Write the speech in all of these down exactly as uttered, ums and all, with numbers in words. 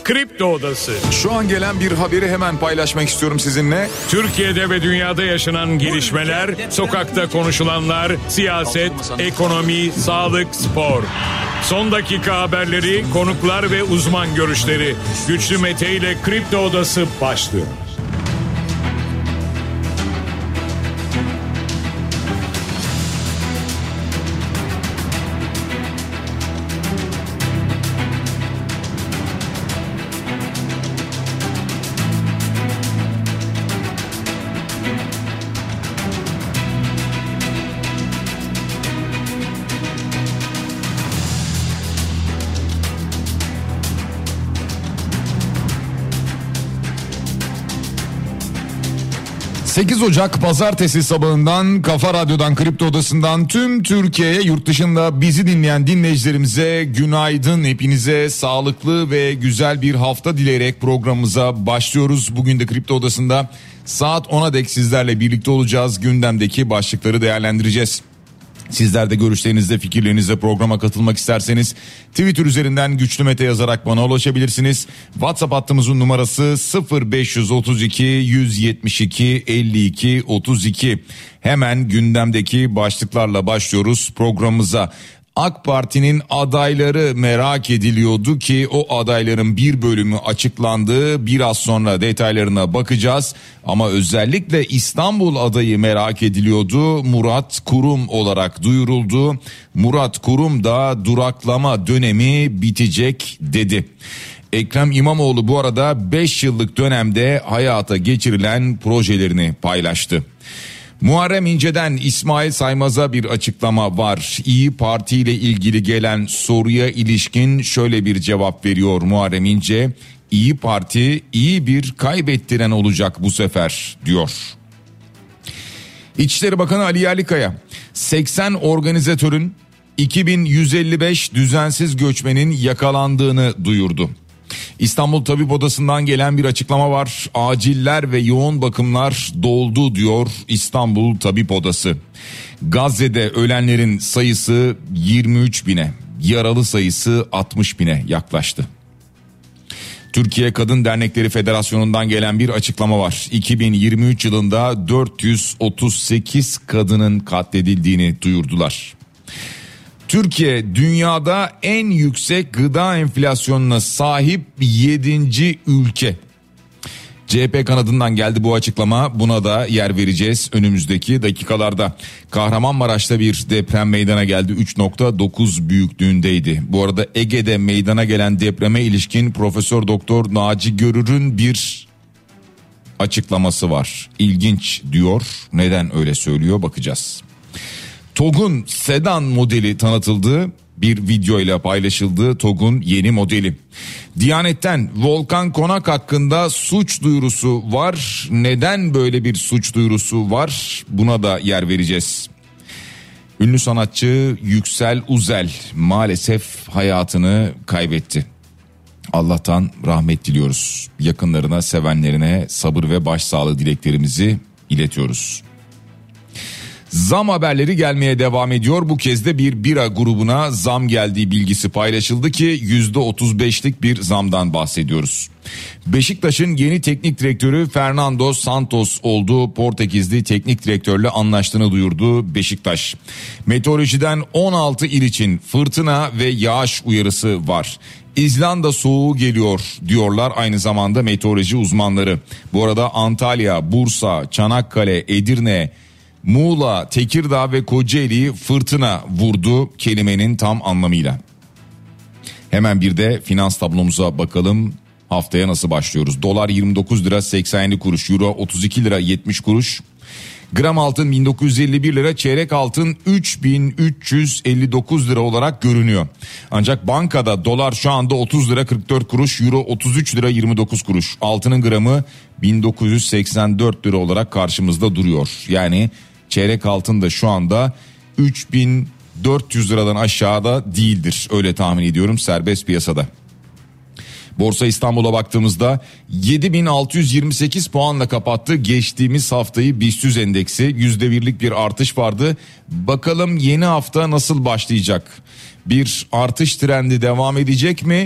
Kripto Odası. Şu an gelen bir haberi hemen paylaşmak istiyorum sizinle. Türkiye'de ve dünyada yaşanan gelişmeler, sokakta konuşulanlar, siyaset, ekonomi, sağlık, spor. Son dakika haberleri, konuklar ve uzman görüşleri. Güçlü Mete ile Kripto Odası başlıyor. sekiz Ocak Pazartesi sabahından Kafa Radyo'dan, Kripto Odası'ndan tüm Türkiye'ye, yurt dışında bizi dinleyen dinleyicilerimize günaydın. Hepinize sağlıklı ve güzel bir hafta dileyerek programımıza başlıyoruz. Bugün de Kripto Odası'nda saat ona dek sizlerle birlikte olacağız. Gündemdeki başlıkları değerlendireceğiz. Sizler de görüşlerinizle, fikirlerinizle programa katılmak isterseniz Twitter üzerinden Güçlü Mete yazarak bana ulaşabilirsiniz. WhatsApp hattımızın numarası sıfır beş otuz iki yüz yetmiş iki elli iki otuz iki. Hemen gündemdeki başlıklarla başlıyoruz programımıza. AK Parti'nin adayları merak ediliyordu ki o adayların bir bölümü açıklandı. Biraz sonra detaylarına bakacağız. Ama özellikle İstanbul adayı merak ediliyordu. Murat Kurum olarak duyuruldu. Murat Kurum da duraklama dönemi bitecek dedi. Ekrem İmamoğlu bu arada beş yıllık dönemde hayata geçirilen projelerini paylaştı. Muharrem İnce'den İsmail Saymaz'a bir açıklama var. İyi Parti ile ilgili gelen soruya ilişkin şöyle bir cevap veriyor Muharrem İnce. İyi Parti iyi bir kaybettiren olacak bu sefer diyor. İçişleri Bakanı Ali Yerlikaya seksen organizatörün iki bin yüz elli beş düzensiz göçmenin yakalandığını duyurdu. İstanbul Tabip Odası'ndan gelen bir açıklama var. Aciller ve yoğun bakımlar doldu diyor İstanbul Tabip Odası. Gazze'de ölenlerin sayısı yirmi üç bine, yaralı sayısı altmış bine yaklaştı. Türkiye Kadın Dernekleri Federasyonu'ndan gelen bir açıklama var. iki bin yirmi üç yılında dört yüz otuz sekiz kadının katledildiğini duyurdular. Türkiye dünyada en yüksek gıda enflasyonuna sahip yedinci ülke. C H P kanadından geldi bu açıklama. Buna da yer vereceğiz önümüzdeki dakikalarda. Kahramanmaraş'ta bir deprem meydana geldi. üç nokta dokuz büyüklüğündeydi. Bu arada Ege'de meydana gelen depreme ilişkin Profesör Doktor Naci Görür'ün bir açıklaması var. İlginç diyor. Neden öyle söylüyor bakacağız. TOG'un sedan modeli tanıtıldı. Bir video ile paylaşıldı TOG'un yeni modeli. Diyanet'ten Volkan Konak hakkında suç duyurusu var. Neden böyle bir suç duyurusu var? Buna da yer vereceğiz. Ünlü sanatçı Yüksel Uzel maalesef hayatını kaybetti. Allah'tan rahmet diliyoruz. Yakınlarına, sevenlerine sabır ve başsağlığı dileklerimizi iletiyoruz. Zam haberleri gelmeye devam ediyor. Bu kez de bir bira grubuna zam geldiği bilgisi paylaşıldı ki yüzde otuz beşlik bir zamdan bahsediyoruz. Beşiktaş'ın yeni teknik direktörü Fernando Santos olduğu Portekizli teknik direktörle anlaştığını duyurdu Beşiktaş. Meteorolojiden on altı il için fırtına ve yağış uyarısı var. İzlanda soğuğu geliyor diyorlar aynı zamanda meteoroloji uzmanları. Bu arada Antalya, Bursa, Çanakkale, Edirne, Muğla, Tekirdağ ve Kocaeli'yi fırtına vurdu kelimenin tam anlamıyla. Hemen bir de finans tablomuza bakalım. Haftaya nasıl başlıyoruz? Dolar yirmi dokuz lira seksen yedi kuruş, euro otuz iki lira yetmiş kuruş. Gram altın bin dokuz yüz elli bir lira, çeyrek altın üç bin üç yüz elli dokuz lira olarak görünüyor. Ancak bankada dolar şu anda otuz lira kırk dört kuruş, euro otuz üç lira yirmi dokuz kuruş. Altının gramı bin dokuz yüz seksen dört lira olarak karşımızda duruyor. Yani çeyrek altın da şu anda üç bin dört yüz liradan aşağıda değildir. Öyle tahmin ediyorum serbest piyasada. Borsa İstanbul'a baktığımızda yedi bin altı yüz yirmi sekiz puanla kapattı. Geçtiğimiz haftayı BIST yüz endeksi yüzde birlik bir artış vardı. Bakalım yeni hafta nasıl başlayacak? Bir artış trendi devam edecek mi?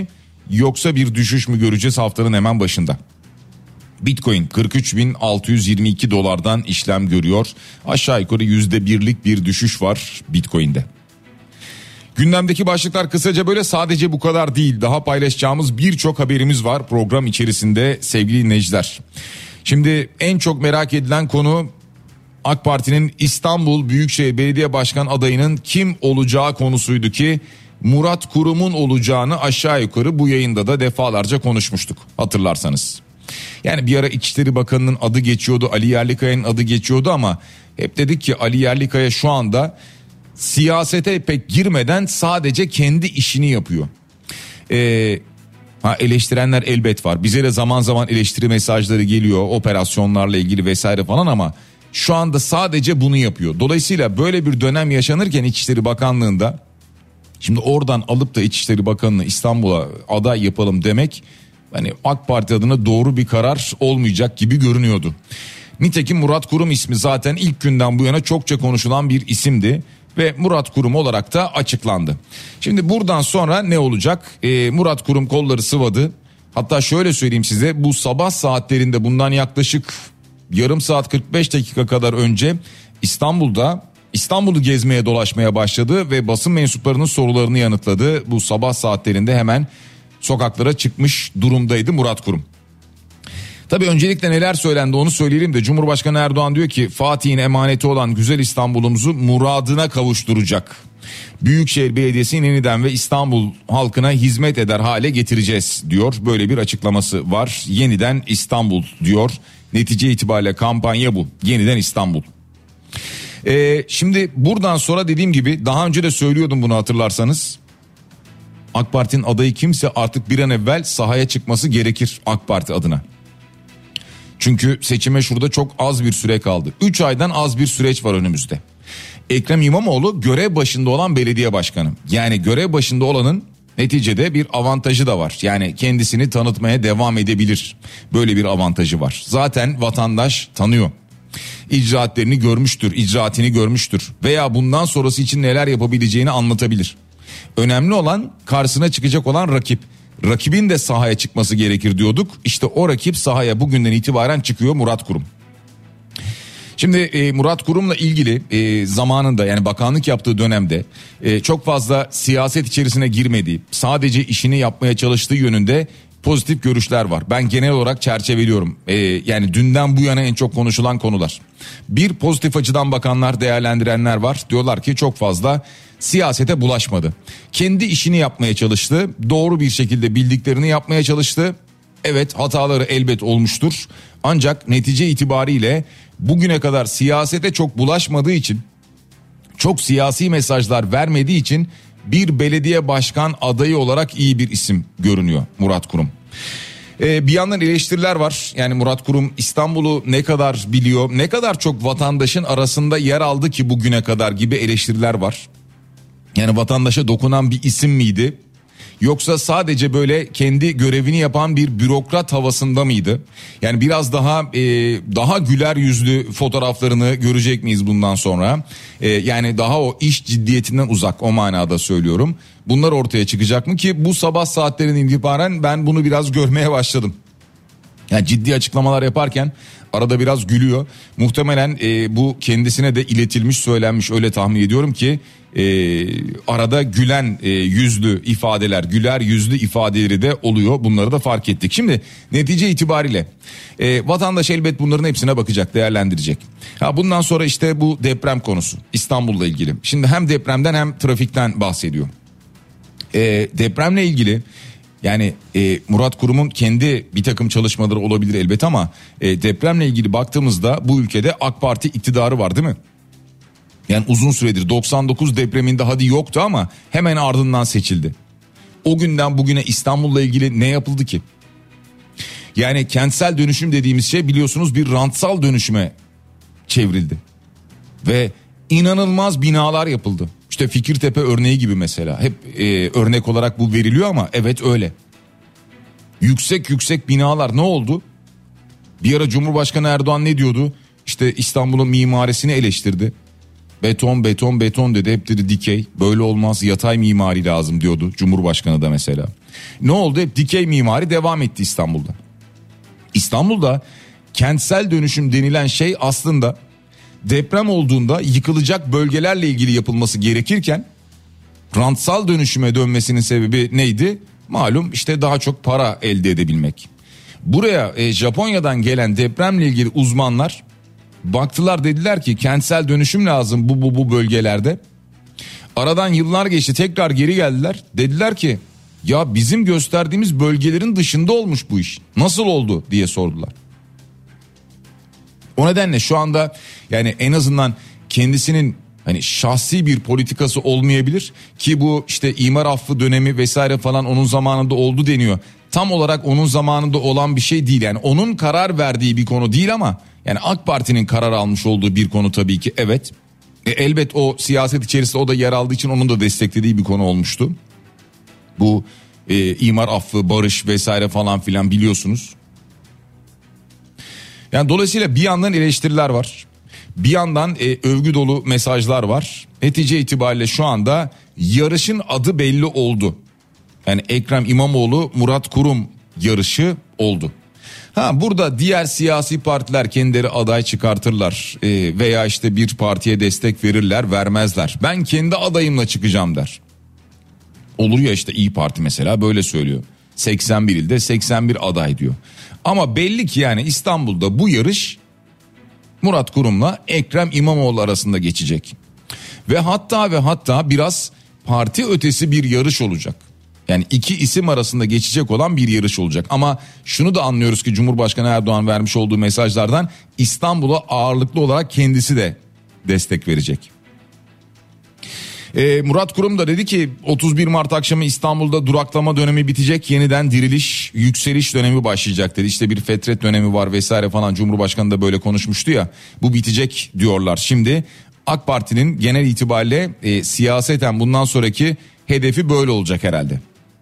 yoksa bir düşüş mü göreceğiz haftanın hemen başında? Bitcoin kırk üç bin altı yüz yirmi iki dolardan işlem görüyor. Aşağı yukarı yüzde birlik bir düşüş var Bitcoin'de. Gündemdeki başlıklar kısaca böyle, sadece bu kadar değil. Daha paylaşacağımız birçok haberimiz var program içerisinde sevgili dinleyiciler. Şimdi en çok merak edilen konu AK Parti'nin İstanbul Büyükşehir Belediye Başkan adayının kim olacağı konusuydu ki Murat Kurum'un olacağını aşağı yukarı bu yayında da defalarca konuşmuştuk hatırlarsanız. Yani bir ara İçişleri Bakanı'nın adı geçiyordu, Ali Yerlikaya'nın adı geçiyordu ama hep dedik ki Ali Yerlikaya şu anda siyasete pek girmeden sadece kendi işini yapıyor. Ee, ha eleştirenler elbet var. Bize de zaman zaman eleştiri mesajları geliyor operasyonlarla ilgili vesaire falan ama şu anda sadece bunu yapıyor. Dolayısıyla böyle bir dönem yaşanırken İçişleri Bakanlığı'nda şimdi oradan alıp da İçişleri Bakanı'nı İstanbul'a aday yapalım demek hani AK Parti adına doğru bir karar olmayacak gibi görünüyordu. Nitekim Murat Kurum ismi zaten ilk günden bu yana çokça konuşulan bir isimdi ve Murat Kurum olarak da açıklandı. Şimdi buradan sonra ne olacak? Ee, Murat Kurum kolları sıvadı. Hatta şöyle söyleyeyim size, bu sabah saatlerinde bundan yaklaşık yarım saat kırk beş dakika kadar önce İstanbul'da İstanbul'u gezmeye dolaşmaya başladı ve basın mensuplarının sorularını yanıtladı. Bu sabah saatlerinde hemen sokaklara çıkmış durumdaydı Murat Kurum. Tabii öncelikle neler söylendi onu söyleyelim de Cumhurbaşkanı Erdoğan diyor ki Fatih'in emaneti olan güzel İstanbul'umuzu muradına kavuşturacak. Büyükşehir Belediyesi'ni yeniden ve İstanbul halkına hizmet eder hale getireceğiz diyor. Böyle bir açıklaması var. Yeniden İstanbul diyor. Netice itibariyle kampanya bu. Yeniden İstanbul. Ee, şimdi buradan sonra dediğim gibi daha önce de söylüyordum bunu hatırlarsanız. AK Parti'nin adayı kimse artık bir an evvel sahaya çıkması gerekir AK Parti adına. Çünkü seçime şurada çok az bir süre kaldı. üç aydan az bir süreç var önümüzde. Ekrem İmamoğlu görev başında olan belediye başkanı. Yani görev başında olanın neticede bir avantajı da var. Yani kendisini tanıtmaya devam edebilir. Böyle bir avantajı var. Zaten vatandaş tanıyor. İcraatlerini görmüştür, icraatini görmüştür. Veya bundan sonrası için neler yapabileceğini anlatabilir. Önemli olan karşısına çıkacak olan rakip. Rakibin de sahaya çıkması gerekir diyorduk. İşte o rakip sahaya bugünden itibaren çıkıyor, Murat Kurum. Şimdi e, Murat Kurum'la ilgili e, zamanında yani bakanlık yaptığı dönemde e, çok fazla siyaset içerisine girmediği, sadece işini yapmaya çalıştığı yönünde pozitif görüşler var. Ben genel olarak çerçeveliyorum. E, yani dünden bu yana en çok konuşulan konular. Bir, pozitif açıdan bakanlar, değerlendirenler var. Diyorlar ki çok fazla siyasete bulaşmadı. Kendi işini yapmaya çalıştı. Doğru bir şekilde bildiklerini yapmaya çalıştı. Evet, hataları elbet olmuştur. Ancak netice itibariyle bugüne kadar siyasete çok bulaşmadığı için, çok siyasi mesajlar vermediği için bir belediye başkan adayı olarak iyi bir isim görünüyor Murat Kurum. Ee, bir yandan eleştiriler var. Yani Murat Kurum İstanbul'u ne kadar biliyor, ne kadar çok vatandaşın arasında yer aldı ki bugüne kadar gibi eleştiriler var. Yani vatandaşa dokunan bir isim miydi? Yoksa sadece böyle kendi görevini yapan bir bürokrat havasında mıydı? Yani biraz daha e, daha güler yüzlü fotoğraflarını görecek miyiz bundan sonra? E, yani daha o iş ciddiyetinden uzak, o manada söylüyorum. Bunlar ortaya çıkacak mı ki bu sabah saatlerinden itibaren ben bunu biraz görmeye başladım. Yani ciddi açıklamalar yaparken arada biraz gülüyor. Muhtemelen e, bu kendisine de iletilmiş, söylenmiş, öyle tahmin ediyorum ki e, arada gülen e, yüzlü ifadeler, güler yüzlü ifadeleri de oluyor. Bunları da fark ettik. Şimdi netice itibariyle e, vatandaş elbet bunların hepsine bakacak, değerlendirecek. Ha, bundan sonra işte bu deprem konusu, İstanbul'la ilgili. Şimdi hem depremden hem trafikten bahsediyor. E, depremle ilgili yani e, Murat Kurum'un kendi bir takım çalışmaları olabilir elbet ama e, depremle ilgili baktığımızda bu ülkede AK Parti iktidarı var değil mi? Yani uzun süredir doksan dokuz depreminde hadi yoktu ama hemen ardından seçildi. O günden bugüne İstanbul'la ilgili ne yapıldı ki? Yani kentsel dönüşüm dediğimiz şey biliyorsunuz bir rantsal dönüşüme çevrildi. Ve inanılmaz binalar yapıldı. İşte Fikirtepe örneği gibi mesela. Hep e, örnek olarak bu veriliyor ama evet öyle. Yüksek yüksek binalar ne oldu? Bir ara Cumhurbaşkanı Erdoğan ne diyordu? İşte İstanbul'un mimarisini eleştirdi. Beton beton beton dedi, hep dedi dikey, böyle olmaz, yatay mimari lazım diyordu Cumhurbaşkanı da mesela. Ne oldu? Hep dikey mimari devam etti İstanbul'da. İstanbul'da kentsel dönüşüm denilen şey aslında deprem olduğunda yıkılacak bölgelerle ilgili yapılması gerekirken rantsal dönüşüme dönmesinin sebebi neydi? Malum işte daha çok para elde edebilmek. Buraya e, Japonya'dan gelen depremle ilgili uzmanlar baktılar, dediler ki kentsel dönüşüm lazım bu bu bu bölgelerde. Aradan yıllar geçti, tekrar geri geldiler. Dediler ki ya bizim gösterdiğimiz bölgelerin dışında olmuş bu iş. Nasıl oldu diye sordular. O nedenle şu anda yani en azından kendisinin hani şahsi bir politikası olmayabilir ki bu işte imar affı dönemi vesaire falan onun zamanında oldu deniyor. Tam olarak onun zamanında olan bir şey değil, yani onun karar verdiği bir konu değil ama yani AK Parti'nin karar almış olduğu bir konu tabii ki, evet. E, elbet o siyaset içerisinde o da yer aldığı için onun da desteklediği bir konu olmuştu. Bu e, imar affı, barış vesaire falan filan biliyorsunuz. Yani dolayısıyla bir yandan eleştiriler var. Bir yandan e, övgü dolu mesajlar var. Netice itibariyle şu anda yarışın adı belli oldu. Yani Ekrem İmamoğlu, Murat Kurum yarışı oldu. Ha, burada diğer siyasi partiler kendileri aday çıkartırlar e, veya işte bir partiye destek verirler, vermezler. Ben kendi adayımla çıkacağım der. Olur ya, işte İYİ Parti mesela böyle söylüyor. seksen bir ilde seksen bir aday diyor. Ama belli ki yani İstanbul'da bu yarış Murat Kurum'la Ekrem İmamoğlu arasında geçecek. Ve hatta ve hatta biraz parti ötesi bir yarış olacak. Yani iki isim arasında geçecek olan bir yarış olacak. Ama şunu da anlıyoruz ki Cumhurbaşkanı Erdoğan vermiş olduğu mesajlardan İstanbul'a ağırlıklı olarak kendisi de destek verecek. Ee, Murat Kurum da dedi ki otuz bir Mart akşamı İstanbul'da duraklama dönemi bitecek, yeniden diriliş, yükseliş dönemi başlayacak dedi. İşte bir fetret dönemi var vesaire falan, Cumhurbaşkanı da böyle konuşmuştu ya, bu bitecek diyorlar. Şimdi AK Parti'nin genel itibariyle e, siyaseten bundan sonraki hedefi böyle olacak herhalde.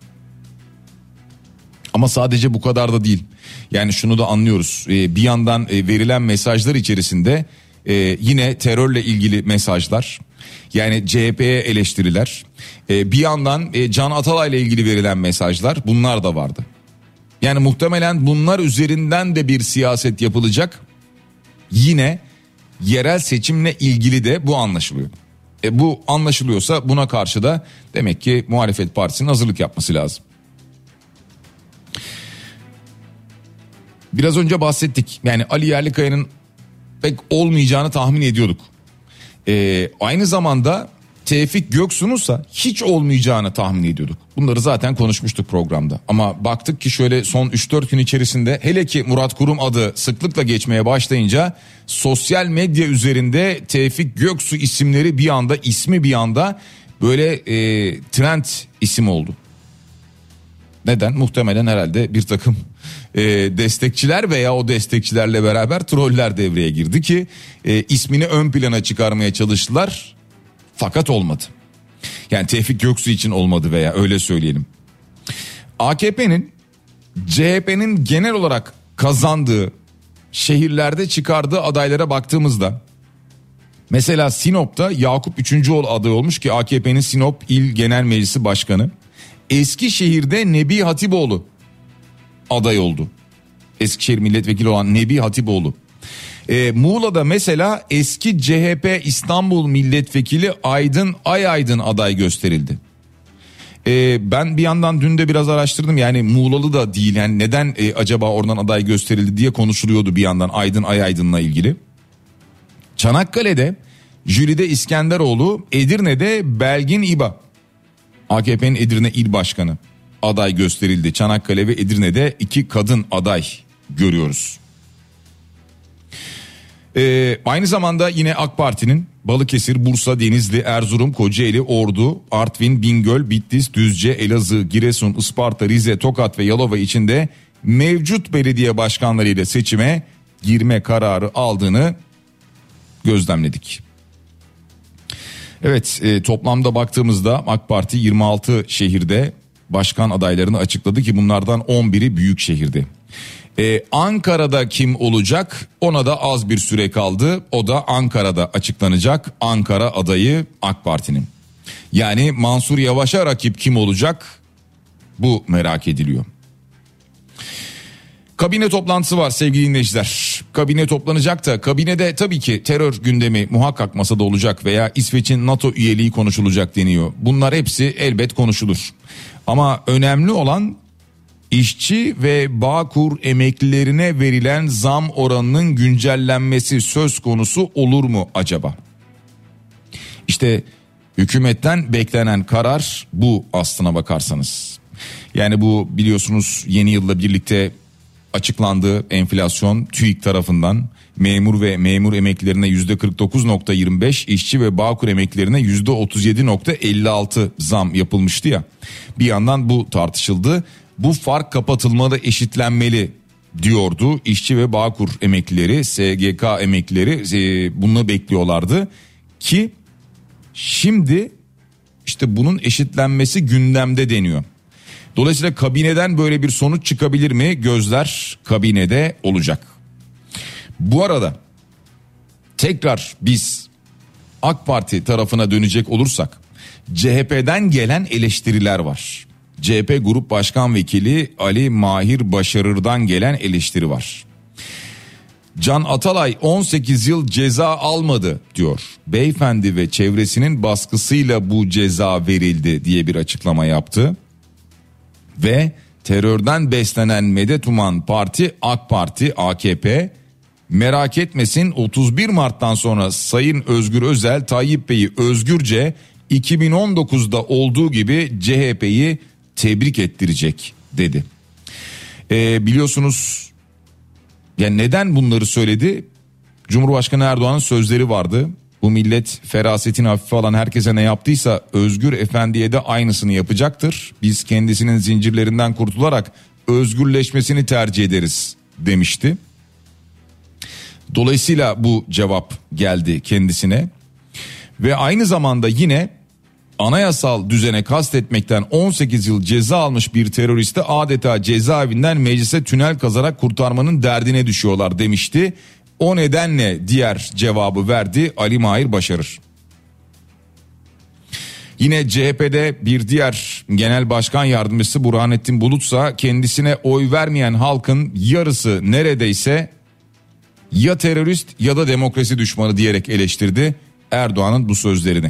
Ama sadece bu kadar da değil. Yani şunu da anlıyoruz. Ee, bir yandan e, verilen mesajlar içerisinde e, yine terörle ilgili mesajlar. Yani C H P'ye eleştiriler. E, bir yandan e, Can Atalay'la ilgili verilen mesajlar, bunlar da vardı. Yani muhtemelen bunlar üzerinden de bir siyaset yapılacak. Yine yerel seçimle ilgili de bu anlaşılıyor. E, bu anlaşılıyorsa buna karşı da demek ki muhalefet partisinin hazırlık yapması lazım. Biraz önce bahsettik. Yani Ali Yerlikaya'nın pek olmayacağını tahmin ediyorduk. Ee, aynı zamanda Tevfik Göksu'nunsa hiç olmayacağını tahmin ediyorduk. Bunları zaten konuşmuştuk programda. Ama baktık ki şöyle son üç dört gün içerisinde, hele ki Murat Kurum adı sıklıkla geçmeye başlayınca sosyal medya üzerinde Tevfik Göksu isimleri bir anda, ismi bir anda böyle e, trend isim oldu. Neden? Muhtemelen herhalde bir takım e, destekçiler veya o destekçilerle beraber troller devreye girdi ki e, ismini ön plana çıkarmaya çalıştılar. Fakat olmadı. Yani Tevfik Göksu için olmadı veya öyle söyleyelim. A K P'nin C H P'nin genel olarak kazandığı şehirlerde çıkardığı adaylara baktığımızda, mesela Sinop'ta Yakup Üçüncüoğlu aday olmuş ki A K P'nin Sinop İl Genel Meclisi Başkanı. Eskişehir'de Nebi Hatipoğlu aday oldu. Eskişehir milletvekili olan Nebi Hatipoğlu. Ee, Muğla'da mesela eski C H P İstanbul milletvekili Aydın Ayaydın aday gösterildi. Ee, ben bir yandan dün de biraz araştırdım, yani Muğlalı da değil, yani neden e, acaba oradan aday gösterildi diye konuşuluyordu bir yandan Aydın Ayaydın'la ilgili. Çanakkale'de Jülide İskenderoğlu, Edirne'de Belgin İba, A K P'nin Edirne İl Başkanı aday gösterildi. Çanakkale ve Edirne'de iki kadın aday görüyoruz. Ee, aynı zamanda yine AK Parti'nin Balıkesir, Bursa, Denizli, Erzurum, Kocaeli, Ordu, Artvin, Bingöl, Bitlis, Düzce, Elazığ, Giresun, Isparta, Rize, Tokat ve Yalova içinde mevcut belediye başkanlarıyla seçime girme kararı aldığını gözlemledik. Evet, e, toplamda baktığımızda AK Parti yirmi altı şehirde başkan adaylarını açıkladı ki bunlardan on biri büyük şehirde. Ee, Ankara'da kim olacak? Ona da az bir süre kaldı. O da Ankara'da açıklanacak. Ankara adayı AK Parti'nin. Yani Mansur Yavaş'a rakip kim olacak? Bu merak ediliyor. Kabine toplantısı var sevgili dinleyiciler. Kabine toplanacak da kabinede tabii ki terör gündemi muhakkak masada olacak veya İsveç'in NATO üyeliği konuşulacak deniyor. Bunlar hepsi elbet konuşulur. Ama önemli olan işçi ve Bağkur emeklilerine verilen zam oranının güncellenmesi söz konusu olur mu acaba? İşte hükümetten beklenen karar bu aslına bakarsanız. Yani bu biliyorsunuz yeni yılla birlikte açıklandı enflasyon TÜİK tarafından memur ve memur emeklilerine yüzde kırk dokuz nokta yirmi beş, işçi ve Bağkur emeklilerine yüzde otuz yedi nokta elli altı zam yapılmıştı ya. Bir yandan bu tartışıldı. Bu fark kapatılmalı, eşitlenmeli diyordu. İşçi ve Bağkur emeklileri, S G K emeklileri bunu bekliyorlardı ki şimdi işte bunun eşitlenmesi gündemde deniyor. Dolayısıyla kabineden böyle bir sonuç çıkabilir mi? Gözler kabinede olacak. Bu arada tekrar biz AK Parti tarafına dönecek olursak C H P'den gelen eleştiriler var. C H P Grup Başkan Vekili Ali Mahir Başarır'dan gelen eleştiri var. Can Atalay on sekiz yıl ceza almadı diyor. Beyefendi ve çevresinin baskısıyla bu ceza verildi diye bir açıklama yaptı. Ve terörden beslenen medet uman parti AK Parti A K P merak etmesin otuz bir Mart'tan sonra Sayın Özgür Özel Tayyip Bey'i özgürce iki bin on dokuzda olduğu gibi C H P'yi tebrik ettirecek dedi. Ee, biliyorsunuz yani neden bunları söyledi? Cumhurbaşkanı Erdoğan'ın sözleri vardı. Bu millet ferasetini hafife alan herkese ne yaptıysa Özgür Efendi'ye de aynısını yapacaktır. Biz kendisinin zincirlerinden kurtularak özgürleşmesini tercih ederiz demişti. Dolayısıyla bu cevap geldi kendisine. Ve aynı zamanda yine anayasal düzene kastetmekten on sekiz yıl ceza almış bir teröristi adeta cezaevinden meclise tünel kazarak kurtarmanın derdine düşüyorlar demişti. O nedenle diğer cevabı verdi Ali Mahir Başarır. Yine C H P'de bir diğer genel başkan yardımcısı Burhanettin Bulutsa kendisine oy vermeyen halkın yarısı neredeyse ya terörist ya da demokrasi düşmanı diyerek eleştirdi Erdoğan'ın bu sözlerini.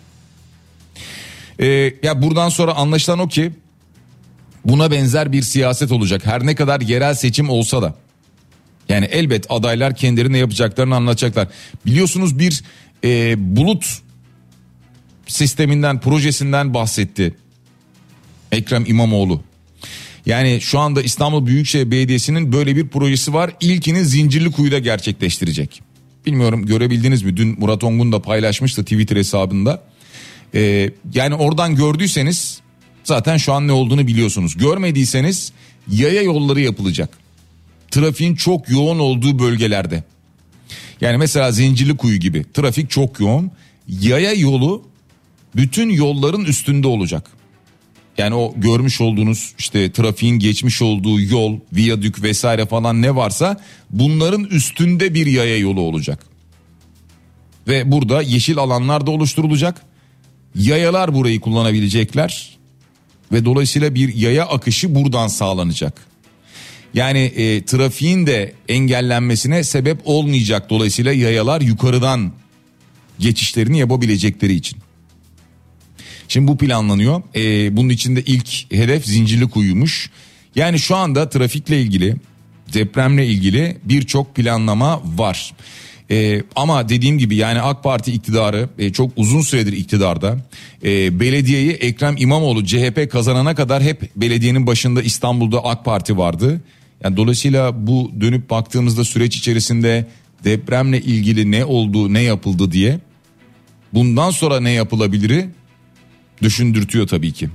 Ee, ya buradan sonra anlaşılan o ki buna benzer bir siyaset olacak her ne kadar yerel seçim olsa da. Yani elbet adaylar kendilerine yapacaklarını anlatacaklar. Biliyorsunuz bir e, bulut sisteminden, projesinden bahsetti Ekrem İmamoğlu. Yani şu anda İstanbul Büyükşehir Belediyesi'nin böyle bir projesi var. İlkini Zincirlikuyu'da gerçekleştirecek. Bilmiyorum görebildiniz mi? Dün Murat Ongun da paylaşmıştı Twitter hesabında. Ee, yani oradan gördüyseniz zaten şu an ne olduğunu biliyorsunuz. Görmediyseniz yaya yolları yapılacak. Trafiğin çok yoğun olduğu bölgelerde. Yani mesela Zincirlikuyu gibi trafik çok yoğun. Yaya yolu bütün yolların üstünde olacak. Yani o görmüş olduğunuz işte trafiğin geçmiş olduğu yol, viyadük vesaire falan ne varsa bunların üstünde bir yaya yolu olacak. Ve burada yeşil alanlar da oluşturulacak. Yayalar burayı kullanabilecekler. Ve dolayısıyla bir yaya akışı buradan sağlanacak. Yani e, trafiğin de engellenmesine sebep olmayacak dolayısıyla yayalar yukarıdan geçişlerini yapabilecekleri için. Şimdi bu planlanıyor. E, bunun içinde ilk hedef Zincirlikuyu'ymuş. Yani şu anda trafikle ilgili, depremle ilgili birçok planlama var. E, ama dediğim gibi yani AK Parti iktidarı e, çok uzun süredir iktidarda. E, belediyeyi Ekrem İmamoğlu C H P kazanana kadar hep belediyenin başında İstanbul'da AK Parti vardı. Yani dolayısıyla bu dönüp baktığımızda süreç içerisinde depremle ilgili ne oldu, ne yapıldı diye bundan sonra ne yapılabiliri düşündürtüyor tabii ki.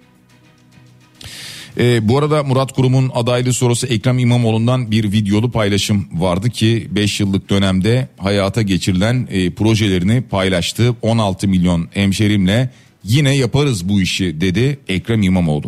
Ee, bu arada Murat Kurum'un adaylığı sonrası Ekrem İmamoğlu'ndan bir videolu paylaşım vardı ki beş yıllık dönemde hayata geçirilen e, projelerini paylaştı. on altı milyon hemşerimle yine yaparız bu işi dedi Ekrem İmamoğlu.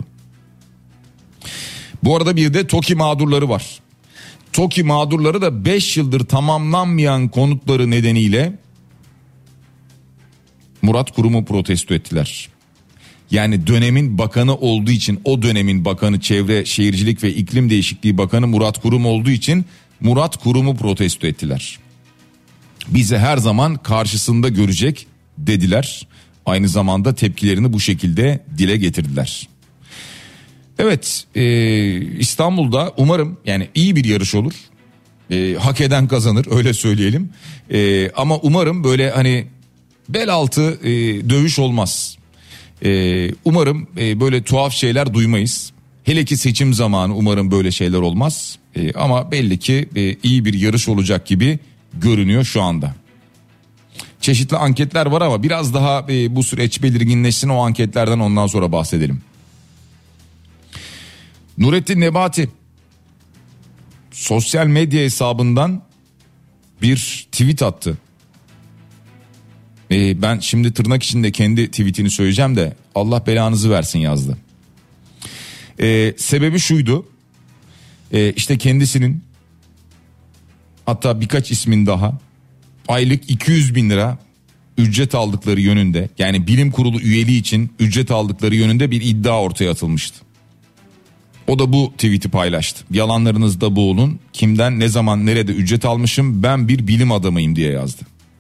Bu arada bir de TOKİ mağdurları var. TOKİ mağdurları da beş yıldır tamamlanmayan konutları nedeniyle Murat Kurum'u protesto ettiler. Yani dönemin bakanı olduğu için, o dönemin bakanı, Çevre, Şehircilik ve İklim Değişikliği Bakanı Murat Kurum olduğu için Murat Kurum'u protesto ettiler. Bizi her zaman karşısında görecek dediler. Aynı zamanda tepkilerini bu şekilde dile getirdiler. Evet, e, İstanbul'da umarım yani iyi bir yarış olur. E, hak eden kazanır, öyle söyleyelim. E, ama umarım böyle hani bel altı e, dövüş olmaz. E, umarım e, böyle tuhaf şeyler duymayız. Hele ki seçim zamanı umarım böyle şeyler olmaz. E, ama belli ki e, iyi bir yarış olacak gibi görünüyor şu anda. Çeşitli anketler var ama biraz daha e, bu süreç belirginleşsin, o anketlerden ondan sonra bahsedelim. Nurettin Nebati sosyal medya hesabından bir tweet attı. E, ben şimdi tırnak içinde kendi tweetini söyleyeceğim de Allah belanızı versin yazdı. E, sebebi şuydu. E, işte kendisinin, hatta birkaç ismin daha aylık iki yüz bin lira ücret aldıkları yönünde, yani bilim kurulu üyeliği için ücret aldıkları yönünde bir iddia ortaya atılmıştı. O da bu tweet'i paylaştı. Yalanlarınızda boğulun. Kimden, ne zaman, nerede ücret almışım, ben bir bilim adamıyım diye yazdı.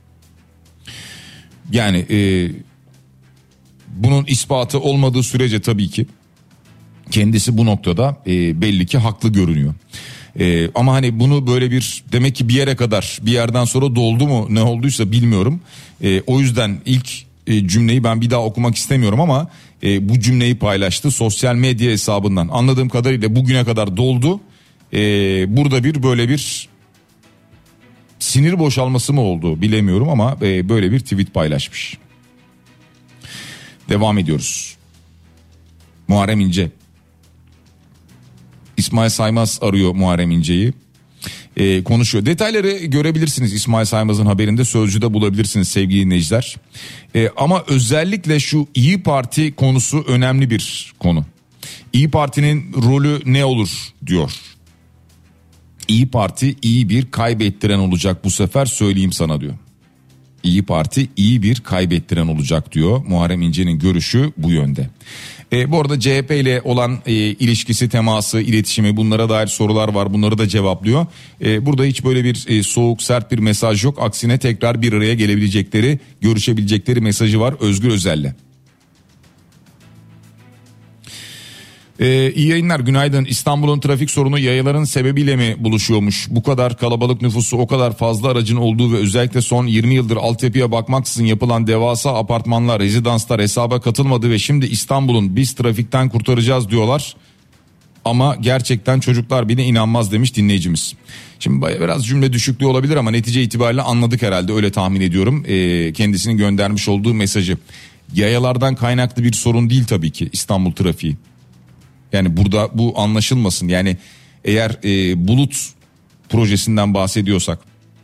Yani e, bunun ispatı olmadığı sürece tabii ki kendisi bu noktada e, belli ki haklı görünüyor. E, ama hani bunu böyle bir, demek ki bir yere kadar, bir yerden sonra doldu mu ne olduysa bilmiyorum. E, o yüzden ilk e, cümleyi ben bir daha okumak istemiyorum ama e, bu cümleyi paylaştı sosyal medya hesabından. Anladığım kadarıyla bugüne kadar doldu. E, burada bir böyle bir sinir boşalması mı oldu bilemiyorum ama e, böyle bir tweet paylaşmış. Devam ediyoruz. Muharrem İnce. İsmail Saymaz arıyor Muharrem İnce'yi. Ee, konuşuyor. Detayları görebilirsiniz İsmail Saymaz'ın haberinde, Sözcü'de bulabilirsiniz sevgili dinleyiciler. Ee, ama özellikle şu İyi Parti konusu önemli bir konu. İyi Parti'nin rolü ne olur diyor. İyi Parti iyi bir kaybettiren olacak bu sefer, söyleyeyim sana diyor. İyi Parti iyi bir kaybettiren olacak diyor. Muharrem İnce'nin görüşü bu yönde. E, bu arada C H P ile olan e, ilişkisi, teması, iletişimi, bunlara dair sorular var. Bunları da cevaplıyor. E, burada hiç böyle bir e, soğuk, sert bir mesaj yok. Aksine tekrar bir araya gelebilecekleri, görüşebilecekleri mesajı var Özgür Özel'le. Ee, iyi yayınlar, günaydın. İstanbul'un trafik sorunu yayaların sebebiyle mi buluşuyormuş? Bu kadar kalabalık nüfusu, o kadar fazla aracın olduğu ve özellikle son yirmi yıldır altyapıya bakmaksızın yapılan devasa apartmanlar, rezidanslar hesaba katılmadı ve şimdi İstanbul'un biz trafikten kurtaracağız diyorlar. Ama gerçekten çocuklar bile inanmaz demiş dinleyicimiz. Şimdi biraz cümle düşüklüğü olabilir ama netice itibariyle anladık herhalde, öyle tahmin ediyorum. Ee, kendisinin göndermiş olduğu mesajı. Yayalardan kaynaklı bir sorun değil tabii ki İstanbul trafiği. Yani burada bu anlaşılmasın. Yani eğer e, bulut projesinden bahsediyorsak,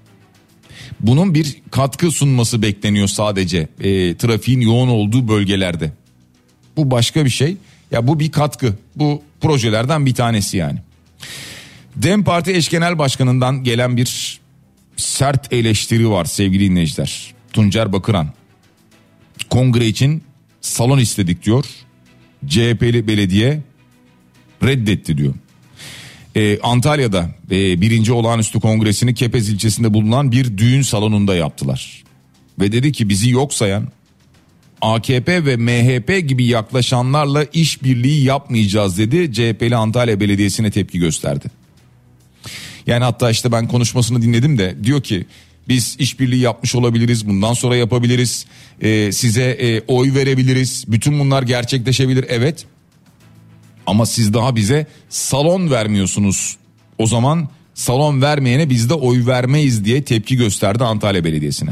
bunun bir katkı sunması bekleniyor sadece e, trafiğin yoğun olduğu bölgelerde. Bu başka bir şey. Ya bu bir katkı. Bu projelerden bir tanesi yani. DEM Parti eş genel başkanından gelen bir sert eleştiri var sevgili dinleyiciler. Tuncer Bakıran. Kongre için salon istedik diyor. C H P'li belediye reddetti diyor. Ee, Antalya'da e, birinci olağanüstü kongresini Kepez ilçesinde bulunan bir düğün salonunda yaptılar. Ve dedi ki bizi yok sayan A K P ve M H P gibi yaklaşanlarla işbirliği yapmayacağız dedi. C H P'li Antalya Belediyesi'ne tepki gösterdi. Yani hatta işte ben konuşmasını dinledim de diyor ki biz işbirliği yapmış olabiliriz, bundan sonra yapabiliriz, ee, size e, oy verebiliriz, bütün bunlar gerçekleşebilir, evet. Ama siz daha bize salon vermiyorsunuz. O zaman salon vermeyene biz de oy vermeyiz diye tepki gösterdi Antalya Belediyesi'ne.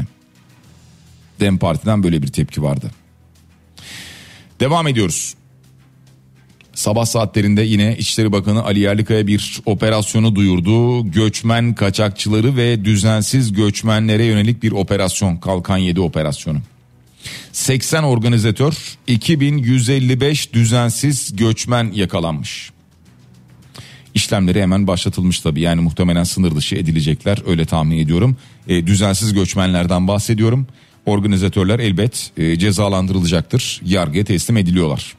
DEM Parti'den böyle bir tepki vardı. Devam ediyoruz. Sabah saatlerinde yine İçişleri Bakanı Ali Yerlikaya bir operasyonu duyurdu. Göçmen kaçakçıları ve düzensiz göçmenlere yönelik bir operasyon, Kalkan yedi operasyonu. seksen organizatör, iki bin yüz elli beş düzensiz göçmen yakalanmış. İşlemleri hemen başlatılmış tabii, yani muhtemelen sınır dışı edilecekler, öyle tahmin ediyorum. E, düzensiz göçmenlerden bahsediyorum. organizatörler elbet e, cezalandırılacaktır. Yargıya teslim ediliyorlar.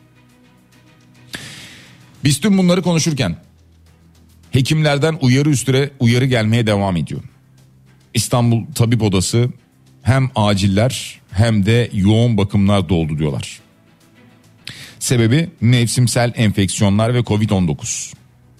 Biz tüm bunları konuşurken hekimlerden uyarı üstüne uyarı gelmeye devam ediyor. İstanbul Tabip Odası hem aciller hem de yoğun bakımlar doldu diyorlar. Sebebi mevsimsel enfeksiyonlar ve kovid on dokuz.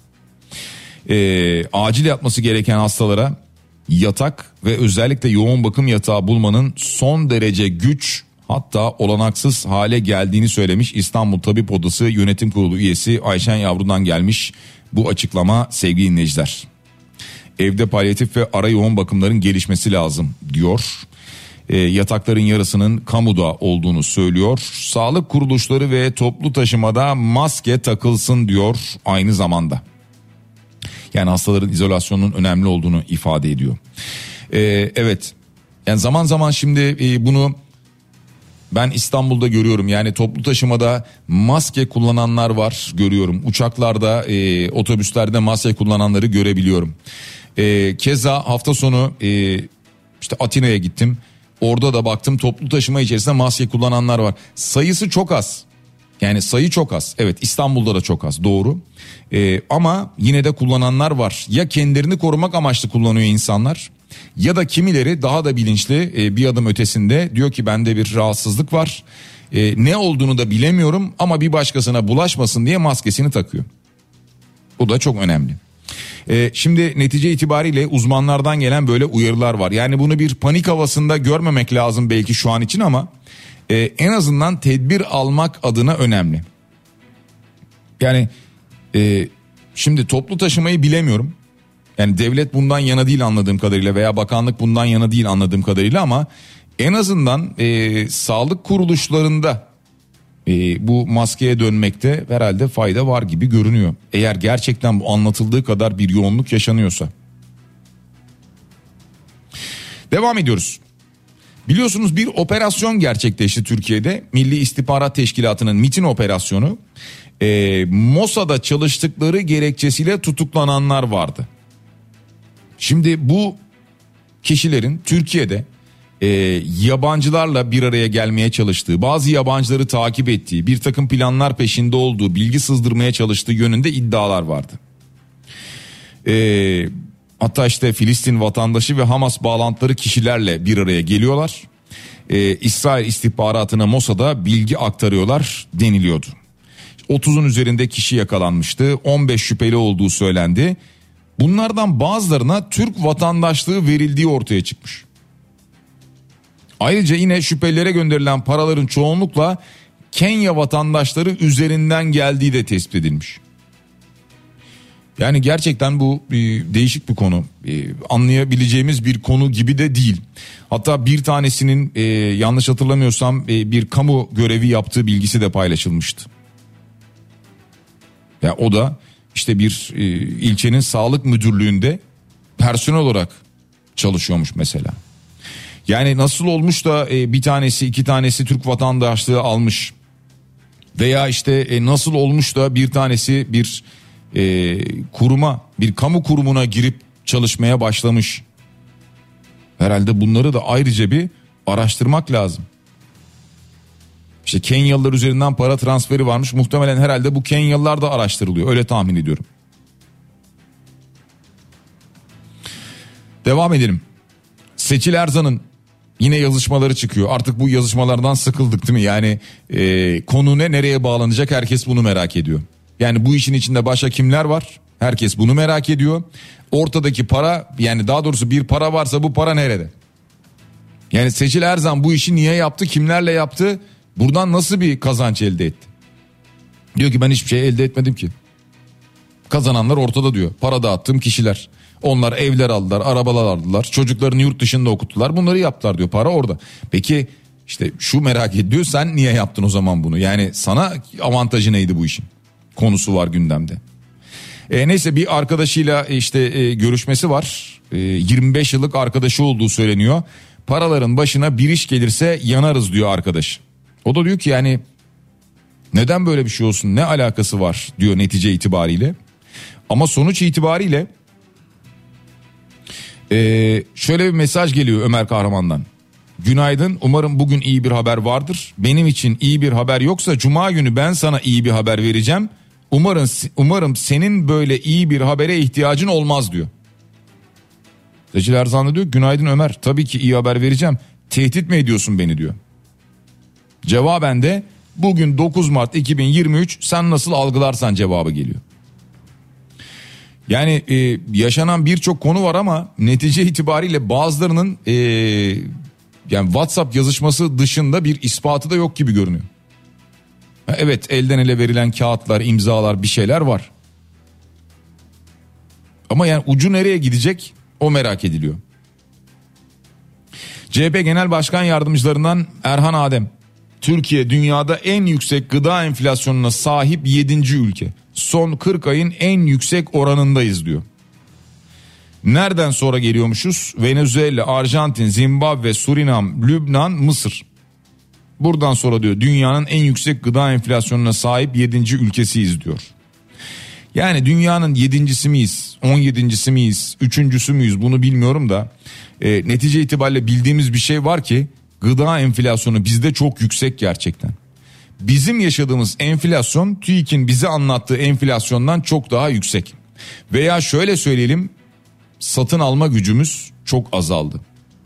Ee, acil yatması gereken hastalara yatak ve özellikle yoğun bakım yatağı bulmanın son derece güç, hatta olanaksız hale geldiğini söylemiş İstanbul Tabip Odası Yönetim Kurulu üyesi Ayşen Yavru'dan gelmiş bu açıklama sevgili dinleyiciler. Evde palyatif ve ara yoğun bakımların gelişmesi lazım diyor. E, yatakların yarısının kamuda olduğunu söylüyor. Sağlık kuruluşları ve toplu taşımada maske takılsın diyor aynı zamanda. Yani hastaların izolasyonunun önemli olduğunu ifade ediyor. E, evet yani zaman zaman şimdi e, bunu ben İstanbul'da görüyorum. Yani toplu taşımada maske kullananlar var, görüyorum. Uçaklarda, e, otobüslerde maske kullananları görebiliyorum. E, keza hafta sonu e, işte Atina'ya gittim. Orada da baktım, toplu taşıma içerisinde maske kullananlar var. Sayısı çok az. Yani sayı çok az. Evet, İstanbul'da da çok az, doğru. E, ama yine de kullananlar var. Ya kendilerini korumak amaçlı kullanıyor insanlar, ya da kimileri daha da bilinçli, e, bir adım ötesinde diyor ki bende bir rahatsızlık var. E, ne olduğunu da bilemiyorum ama bir başkasına bulaşmasın diye maskesini takıyor. Bu da çok önemli. E, şimdi netice itibariyle uzmanlardan gelen böyle uyarılar var. Yani bunu bir panik havasında görmemek lazım belki şu an için ama e, en azından tedbir almak adına önemli. Yani e, şimdi toplu taşımayı bilemiyorum. Yani devlet bundan yana değil anladığım kadarıyla veya bakanlık bundan yana değil anladığım kadarıyla ama en azından e, sağlık kuruluşlarında e, bu maskeye dönmekte herhalde fayda var gibi görünüyor. Eğer gerçekten bu anlatıldığı kadar bir yoğunluk yaşanıyorsa. Devam ediyoruz. Biliyorsunuz bir operasyon gerçekleşti Türkiye'de. Milli İstihbarat Teşkilatı'nın MİT'in operasyonu. E, Mossad'da çalıştıkları gerekçesiyle tutuklananlar vardı. Şimdi bu kişilerin Türkiye'de e, yabancılarla bir araya gelmeye çalıştığı, bazı yabancıları takip ettiği, bir takım planlar peşinde olduğu, bilgi sızdırmaya çalıştığı yönünde iddialar vardı. E, hatta işte Filistin vatandaşı ve Hamas bağlantıları kişilerle bir araya geliyorlar. E, İsrail istihbaratına, Mossad'a bilgi aktarıyorlar deniliyordu. otuzun üzerinde kişi yakalanmıştı, on beş şüpheli olduğu söylendi. Bunlardan bazılarına Türk vatandaşlığı verildiği ortaya çıkmış. Ayrıca yine şüphelilere gönderilen paraların çoğunlukla Kenya vatandaşları üzerinden geldiği de tespit edilmiş. Yani gerçekten bu e, değişik bir konu. E, anlayabileceğimiz bir konu gibi de değil. Hatta bir tanesinin e, yanlış hatırlamıyorsam e, bir kamu görevi yaptığı bilgisi de paylaşılmıştı. Ya yani o da İşte bir e, ilçenin sağlık müdürlüğünde personel olarak çalışıyormuş mesela. Yani nasıl olmuş da e, bir tanesi iki tanesi Türk vatandaşlığı almış veya işte e, nasıl olmuş da bir tanesi bir e, kuruma, bir kamu kurumuna girip çalışmaya başlamış. Herhalde bunları da ayrıca bir araştırmak lazım. İşte Kenyalılar üzerinden para transferi varmış. Muhtemelen herhalde bu Kenyalılar da araştırılıyor. Öyle tahmin ediyorum. Devam edelim. Seçil Erzan'ın yine yazışmaları çıkıyor. Artık bu yazışmalardan sıkıldık değil mi? Yani e, konu ne, nereye bağlanacak, herkes bunu merak ediyor. Yani bu işin içinde başka kimler var? Herkes bunu merak ediyor. Ortadaki para, yani daha doğrusu bir para varsa bu para nerede? Yani Seçil Erzan bu işi niye yaptı? Kimlerle yaptı? Buradan nasıl bir kazanç elde etti? Diyor ki ben hiçbir şey elde etmedim ki. Kazananlar ortada diyor. Para dağıttığım kişiler. Onlar evler aldılar, arabalar aldılar, çocuklarını yurt dışında okuttular. Bunları yaptılar diyor. Para orada. Peki işte şu merak ediyor, sen niye yaptın o zaman bunu? Yani sana avantajı neydi bu işin? Konusu var gündemde. E, neyse bir arkadaşıyla işte e, görüşmesi var. E, yirmi beş yıllık arkadaşı olduğu söyleniyor. Paraların başına bir iş gelirse yanarız diyor arkadaş. O da diyor ki yani neden böyle bir şey olsun, ne alakası var diyor netice itibariyle. Ama sonuç itibariyle e, şöyle bir mesaj geliyor Ömer Kahraman'dan. Günaydın, umarım bugün iyi bir haber vardır. Benim için iyi bir haber yoksa cuma günü ben sana iyi bir haber vereceğim. Umarım umarım senin böyle iyi bir habere ihtiyacın olmaz diyor. Secil Erzan da diyor günaydın Ömer, tabii ki iyi haber vereceğim. Tehdit mi ediyorsun beni diyor. Cevaben de bugün dokuz Mart iki bin yirmi üç, sen nasıl algılarsan cevabı geliyor. Yani e, yaşanan birçok konu var ama netice itibariyle bazılarının e, yani WhatsApp yazışması dışında bir ispatı da yok gibi görünüyor. Evet, elden ele verilen kağıtlar, imzalar, bir şeyler var. Ama yani ucu nereye gidecek o merak ediliyor. C H P Genel Başkan Yardımcılarından Erhan Adem, Türkiye dünyada en yüksek gıda enflasyonuna sahip yedinci ülke. Son kırk ayın en yüksek oranındayız diyor. Nereden sonra geliyormuşuz? Venezuela, Arjantin, Zimbabwe, Surinam, Lübnan, Mısır. Buradan sonra diyor dünyanın en yüksek gıda enflasyonuna sahip yedinci ülkesiyiz diyor. Yani dünyanın yedincisi miyiz, on yedincisi miyiz, üçüncüsü müyüz bunu bilmiyorum da e, netice itibariyle bildiğimiz bir şey var ki gıda enflasyonu bizde çok yüksek gerçekten. Bizim yaşadığımız enflasyon TÜİK'in bize anlattığı enflasyondan çok daha yüksek. Veya şöyle söyleyelim, satın alma gücümüz çok azaldı.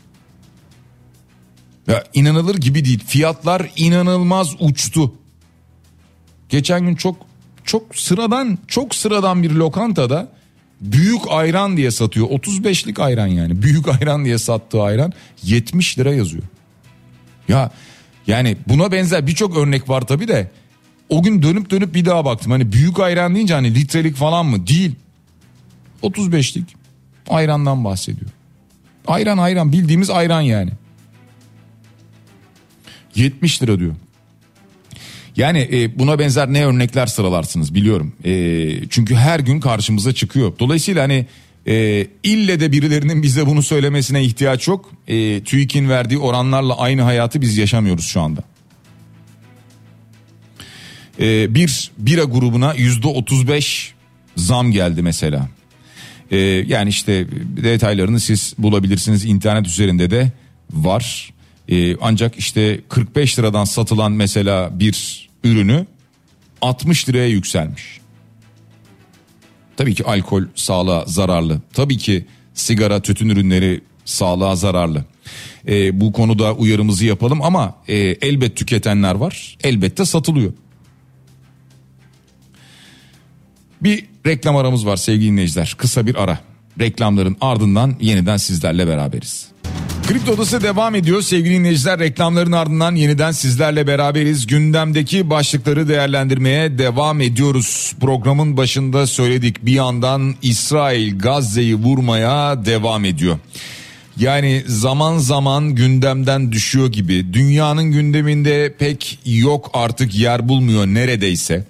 Ya inanılır gibi değil, fiyatlar inanılmaz uçtu. Geçen gün çok çok sıradan çok sıradan bir lokantada büyük ayran diye satıyor. otuz beşlik ayran, yani büyük ayran diye sattığı ayran yetmiş lira yazıyor. Ya yani buna benzer birçok örnek var tabii de o gün dönüp dönüp bir daha baktım. Hani büyük ayran deyince hani litrelik falan mı? Değil. otuz beşlik ayrandan bahsediyor. Ayran ayran bildiğimiz ayran yani. yetmiş lira diyor. Yani e, buna benzer ne örnekler sıralarsınız biliyorum. E, çünkü her gün karşımıza çıkıyor. Dolayısıyla hani e, ille de birilerinin bize bunu söylemesine ihtiyaç yok. E, TÜİK'in verdiği oranlarla aynı hayatı biz yaşamıyoruz şu anda. E, bir bira grubuna yüzde otuz beş zam geldi mesela. E, yani işte detaylarını siz bulabilirsiniz, internet üzerinde de var. Ee, ancak işte kırk beş liradan satılan mesela bir ürünü altmış liraya yükselmiş. Tabii ki alkol sağlığa zararlı. Tabii ki sigara, tütün ürünleri sağlığa zararlı. Ee, bu konuda uyarımızı yapalım ama e, elbet tüketenler var. Elbette satılıyor. Bir reklam aramız var sevgili dinleyiciler. Kısa bir ara. Reklamların ardından yeniden sizlerle beraberiz. Kripto Odası devam ediyor sevgili dinleyiciler. Reklamların ardından yeniden sizlerle beraberiz. Gündemdeki başlıkları değerlendirmeye devam ediyoruz. Programın başında söyledik, bir yandan İsrail Gazze'yi vurmaya devam ediyor. Yani zaman zaman gündemden düşüyor gibi. Dünyanın gündeminde pek yok, artık yer bulmuyor neredeyse.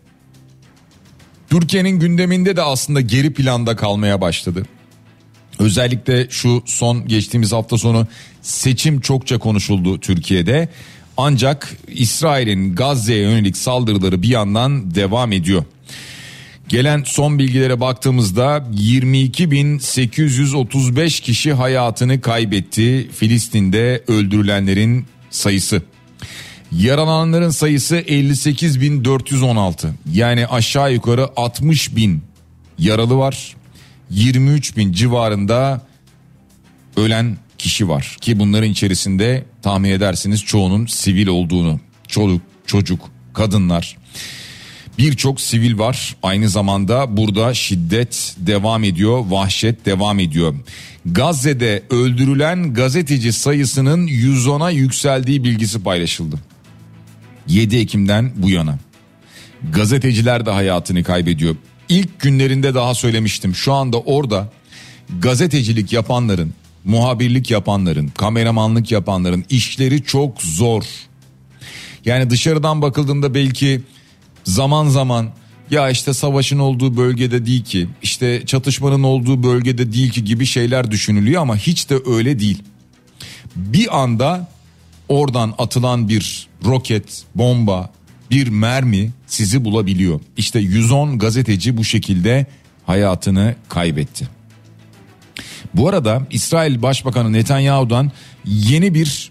Türkiye'nin gündeminde de aslında geri planda kalmaya başladı. Özellikle şu son geçtiğimiz hafta sonu seçim çokça konuşuldu Türkiye'de. Ancak İsrail'in Gazze'ye yönelik saldırıları bir yandan devam ediyor. Gelen son bilgilere baktığımızda yirmi iki bin sekiz yüz otuz beş kişi hayatını kaybetti. Filistin'de öldürülenlerin sayısı. Yaralananların sayısı elli sekiz bin dört yüz on altı. Yani aşağı yukarı altmış bin yaralı var. yirmi üç bin civarında ölen kişi var ki bunların içerisinde tahmin edersiniz çoğunun sivil olduğunu. Çoluk, çocuk, kadınlar, birçok sivil var. Aynı zamanda burada şiddet devam ediyor, vahşet devam ediyor. Gazze'de öldürülen gazeteci sayısının yüz ona yükseldiği bilgisi paylaşıldı. yedi Ekim'den bu yana gazeteciler de hayatını kaybediyor. İlk günlerinde daha söylemiştim. Şu anda orada gazetecilik yapanların, muhabirlik yapanların, kameramanlık yapanların işleri çok zor. Yani dışarıdan bakıldığında belki zaman zaman ya işte savaşın olduğu bölgede değil ki, işte çatışmanın olduğu bölgede değil ki gibi şeyler düşünülüyor ama hiç de öyle değil. Bir anda oradan atılan bir roket, bomba, bir mermi sizi bulabiliyor. İşte yüz on gazeteci bu şekilde hayatını kaybetti. Bu arada İsrail Başbakanı Netanyahu'dan yeni bir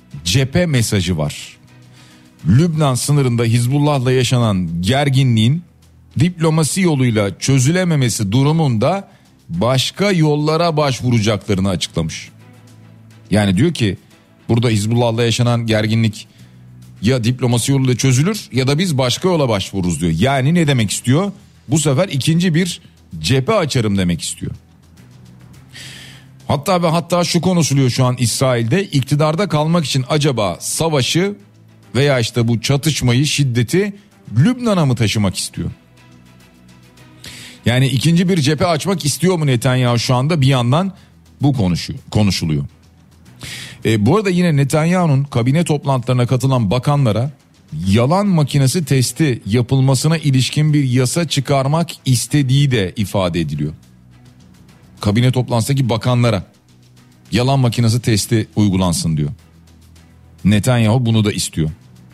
cephe mesajı var. Lübnan sınırında Hizbullah'la yaşanan gerginliğin diplomasi yoluyla çözülememesi durumunda başka yollara başvuracaklarını açıklamış. Yani diyor ki burada Hizbullah'la yaşanan gerginlik ya diplomasi yoluyla çözülür ya da biz başka yola başvururuz diyor. Yani ne demek istiyor? Bu sefer ikinci bir cephe açarım demek istiyor. Hatta ve hatta şu konuşuluyor şu an İsrail'de, iktidarda kalmak için acaba savaşı veya işte bu çatışmayı, şiddeti Lübnan'a mı taşımak istiyor? Yani ikinci bir cephe açmak istiyor mu Netanyahu şu anda, bir yandan bu konuşuyor, konuşuluyor. E, bu arada yine Netanyahu'nun kabine toplantılarına katılan bakanlara yalan makinesi testi yapılmasına ilişkin bir yasa çıkarmak istediği de ifade ediliyor. Kabine toplantısındaki bakanlara yalan makinesi testi uygulansın diyor. Netanyahu bunu da istiyor.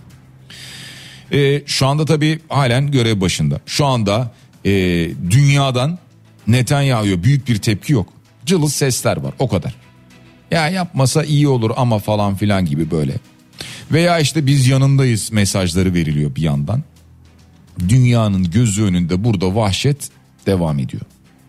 E, şu anda tabii halen görev başında. Şu anda e, dünyadan Netanyahu'ya büyük bir tepki yok. Cılız sesler var, o kadar. Ya yapmasa iyi olur ama falan filan gibi böyle. Veya işte biz yanındayız mesajları veriliyor bir yandan. Dünyanın gözü önünde burada vahşet devam ediyor.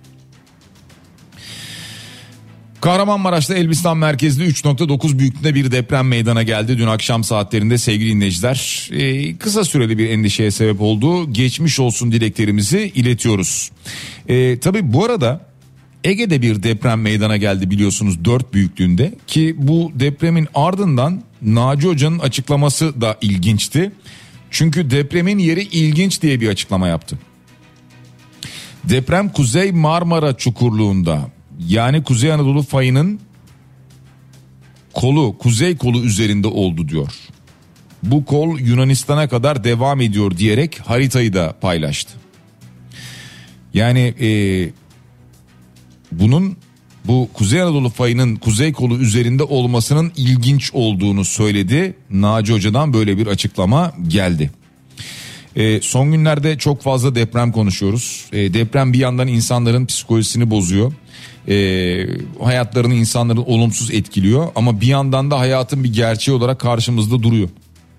Kahramanmaraş'ta Elbistan merkezli üç nokta dokuz büyüklüğünde bir deprem meydana geldi. Dün akşam saatlerinde sevgili dinleyiciler, e, kısa süreli bir endişeye sebep oldu. Geçmiş olsun dileklerimizi iletiyoruz. E, tabii bu arada Ege'de bir deprem meydana geldi biliyorsunuz, dört büyüklüğünde, ki bu depremin ardından Naci Hoca'nın açıklaması da ilginçti. Çünkü depremin yeri ilginç diye bir açıklama yaptı. Deprem Kuzey Marmara Çukurluğu'nda, yani Kuzey Anadolu fayının kolu, kuzey kolu üzerinde oldu diyor. Bu kol Yunanistan'a kadar devam ediyor diyerek haritayı da paylaştı. Yani eee bunun, bu Kuzey Anadolu fayının kuzey kolu üzerinde olmasının ilginç olduğunu söyledi. Naci Hoca'dan böyle bir açıklama geldi. E, son günlerde çok fazla deprem konuşuyoruz. E, deprem bir yandan insanların psikolojisini bozuyor. E, hayatlarını insanların olumsuz etkiliyor. Ama bir yandan da hayatın bir gerçeği olarak karşımızda duruyor.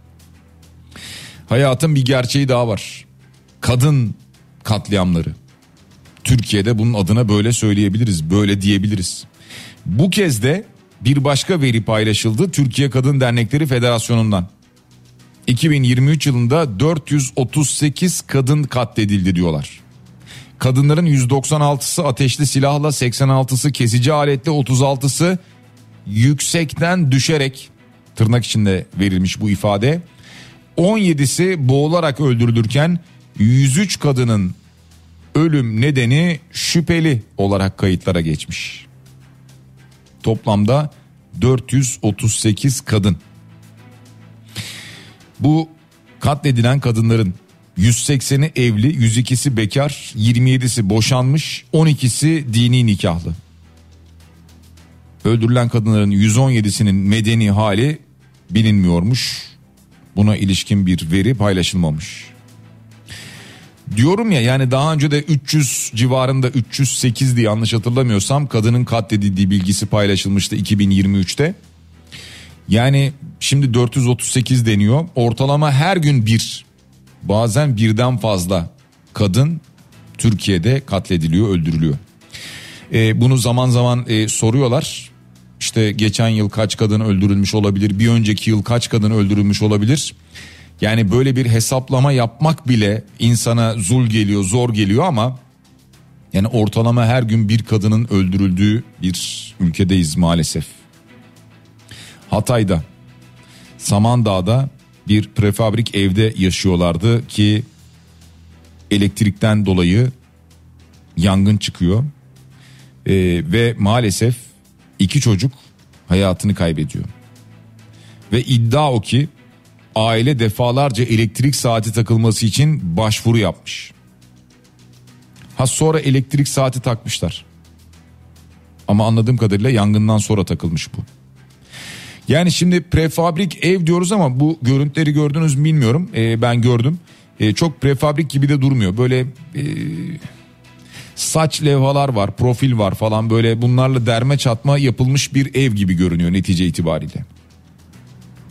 Hayatın bir gerçeği daha var. Kadın katliamları. Türkiye'de bunun adına böyle söyleyebiliriz, böyle diyebiliriz. Bu kez de bir başka veri paylaşıldı Türkiye Kadın Dernekleri Federasyonu'ndan. iki bin yirmi üç yılında dört yüz otuz sekiz kadın katledildi diyorlar. Kadınların yüz doksan altısı ateşli silahla, seksen altısı kesici aletle, otuz altısı yüksekten düşerek, tırnak içinde verilmiş bu ifade, on yedisi boğularak öldürülürken yüz üç kadının ölüm nedeni şüpheli olarak kayıtlara geçmiş. Toplamda dört yüz otuz sekiz kadın. Bu katledilen kadınların yüz sekseni evli, yüz ikisi bekar, yirmi yedisi boşanmış, on ikisi dini nikahlı. Öldürülen kadınların yüz on yedisinin medeni hali bilinmiyormuş. Buna ilişkin bir veri paylaşılmamış. Diyorum ya, yani daha önce de üç yüz civarında, üç yüz sekizdi yanlış hatırlamıyorsam, kadının katledildiği bilgisi paylaşılmıştı iki bin yirmi üçte. Yani şimdi dört yüz otuz sekiz deniyor. Ortalama her gün bir, bazen birden fazla kadın Türkiye'de katlediliyor, öldürülüyor. Ee, bunu zaman zaman e, soruyorlar. İşte geçen yıl kaç kadın öldürülmüş olabilir? Bir önceki yıl kaç kadın öldürülmüş olabilir? Yani böyle bir hesaplama yapmak bile insana zul geliyor, zor geliyor ama yani ortalama her gün bir kadının öldürüldüğü bir ülkedeyiz maalesef. Hatay'da, Samandağ'da bir prefabrik evde yaşıyorlardı ki elektrikten dolayı yangın çıkıyor ee, ve maalesef iki çocuk hayatını kaybediyor. Ve iddia o ki aile defalarca elektrik saati takılması için başvuru yapmış. Ha sonra elektrik saati takmışlar. Ama anladığım kadarıyla yangından sonra takılmış bu. Yani şimdi prefabrik ev diyoruz ama bu görüntüleri gördünüz mü bilmiyorum. Ee, ben gördüm. Ee, çok prefabrik gibi de durmuyor. Böyle e, saç levhalar var, profil var falan, böyle bunlarla derme çatma yapılmış bir ev gibi görünüyor netice itibariyle.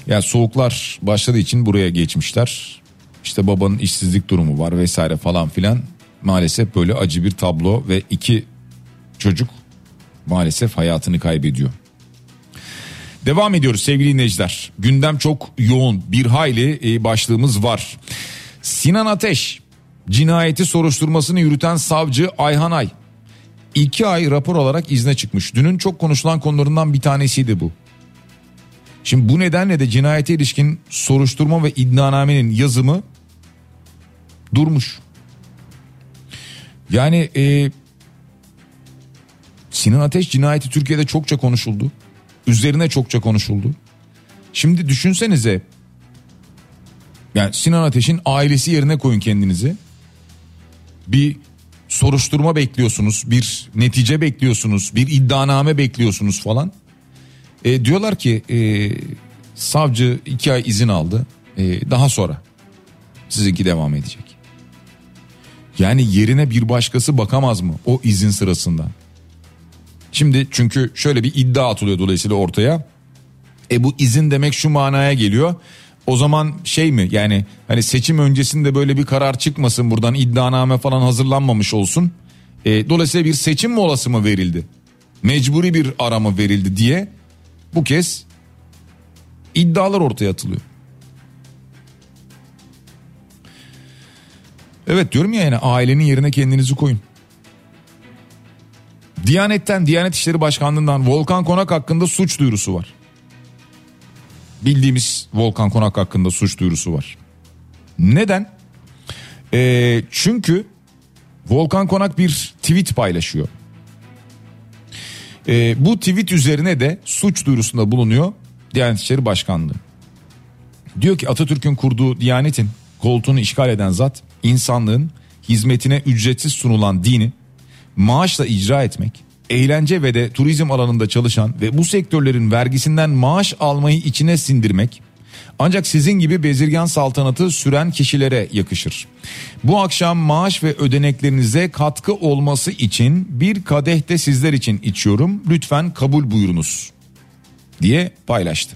Yani soğuklar başladığı için buraya geçmişler. İşte babanın işsizlik durumu var vesaire falan filan. Maalesef böyle acı bir tablo ve iki çocuk maalesef hayatını kaybediyor. Devam ediyoruz sevgili dinleyiciler. Gündem çok yoğun, bir hayli başlığımız var. Sinan Ateş cinayeti soruşturmasını yürüten savcı Ayhan Ay iki ay rapor alarak izne çıkmış. Dünün çok konuşulan konularından bir tanesiydi bu. Şimdi bu nedenle de cinayete ilişkin soruşturma ve iddianamenin yazımı durmuş. Yani e, Sinan Ateş cinayeti Türkiye'de çokça konuşuldu. Üzerine çokça konuşuldu. Şimdi düşünsenize, yani Sinan Ateş'in ailesi yerine koyun kendinizi. Bir soruşturma bekliyorsunuz, bir netice bekliyorsunuz, bir iddianame bekliyorsunuz falan. E, diyorlar ki e, savcı iki ay izin aldı, e, daha sonra sizinki devam edecek. Yani yerine bir başkası bakamaz mı o izin sırasında? Şimdi çünkü şöyle bir iddia atılıyor dolayısıyla ortaya. E bu izin demek şu manaya geliyor. O zaman şey mi, yani hani seçim öncesinde böyle bir karar çıkmasın, buradan iddianame falan hazırlanmamış olsun. E, dolayısıyla bir seçim molası mı verildi? Mecburi bir ara mı verildi diye bu kez iddialar ortaya atılıyor. Evet diyorum ya, yani ailenin yerine kendinizi koyun. Diyanet'ten, Diyanet İşleri Başkanlığı'ndan Volkan Konak hakkında suç duyurusu var. Bildiğimiz Volkan Konak hakkında suç duyurusu var. Neden? Ee, çünkü Volkan Konak bir tweet paylaşıyor. Ee, bu tweet üzerine de suç duyurusunda bulunuyor Diyanet İşleri Başkanlığı. Diyor ki Atatürk'ün kurduğu Diyanet'in koltuğunu işgal eden zat, insanlığın hizmetine ücretsiz sunulan dini maaşla icra etmek, eğlence ve de turizm alanında çalışan ve bu sektörlerin vergisinden maaş almayı içine sindirmek ancak sizin gibi bezirgan saltanatı süren kişilere yakışır. Bu akşam maaş ve ödeneklerinize katkı olması için bir kadeh de sizler için içiyorum, lütfen kabul buyurunuz diye paylaştı.